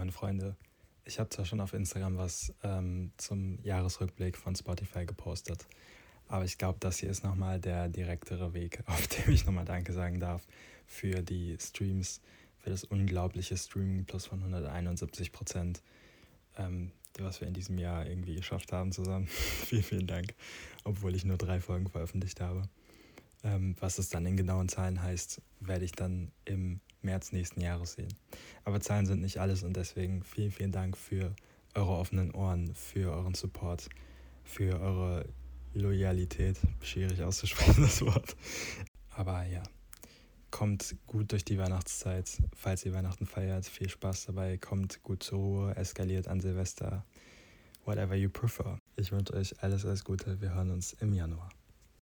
Meine Freunde, ich habe zwar schon auf Instagram was zum Jahresrückblick von Spotify gepostet, aber ich glaube, das hier ist nochmal der direktere Weg, auf dem ich nochmal Danke sagen darf für die Streams, für das unglaubliche Streaming plus von 171%, was wir in diesem Jahr irgendwie geschafft haben zusammen. Vielen, vielen Dank, obwohl ich nur 3 Folgen veröffentlicht habe. Was es dann in genauen Zahlen heißt, werde ich dann im März nächsten Jahres sehen. Aber Zahlen sind nicht alles und deswegen vielen, vielen Dank für eure offenen Ohren, für euren Support, für eure Loyalität. Schwierig auszusprechen, das Wort. Aber ja, kommt gut durch die Weihnachtszeit, falls ihr Weihnachten feiert. Viel Spaß dabei, kommt gut zur Ruhe, eskaliert an Silvester. Whatever you prefer. Ich wünsche euch alles, alles Gute. Wir hören uns im Januar.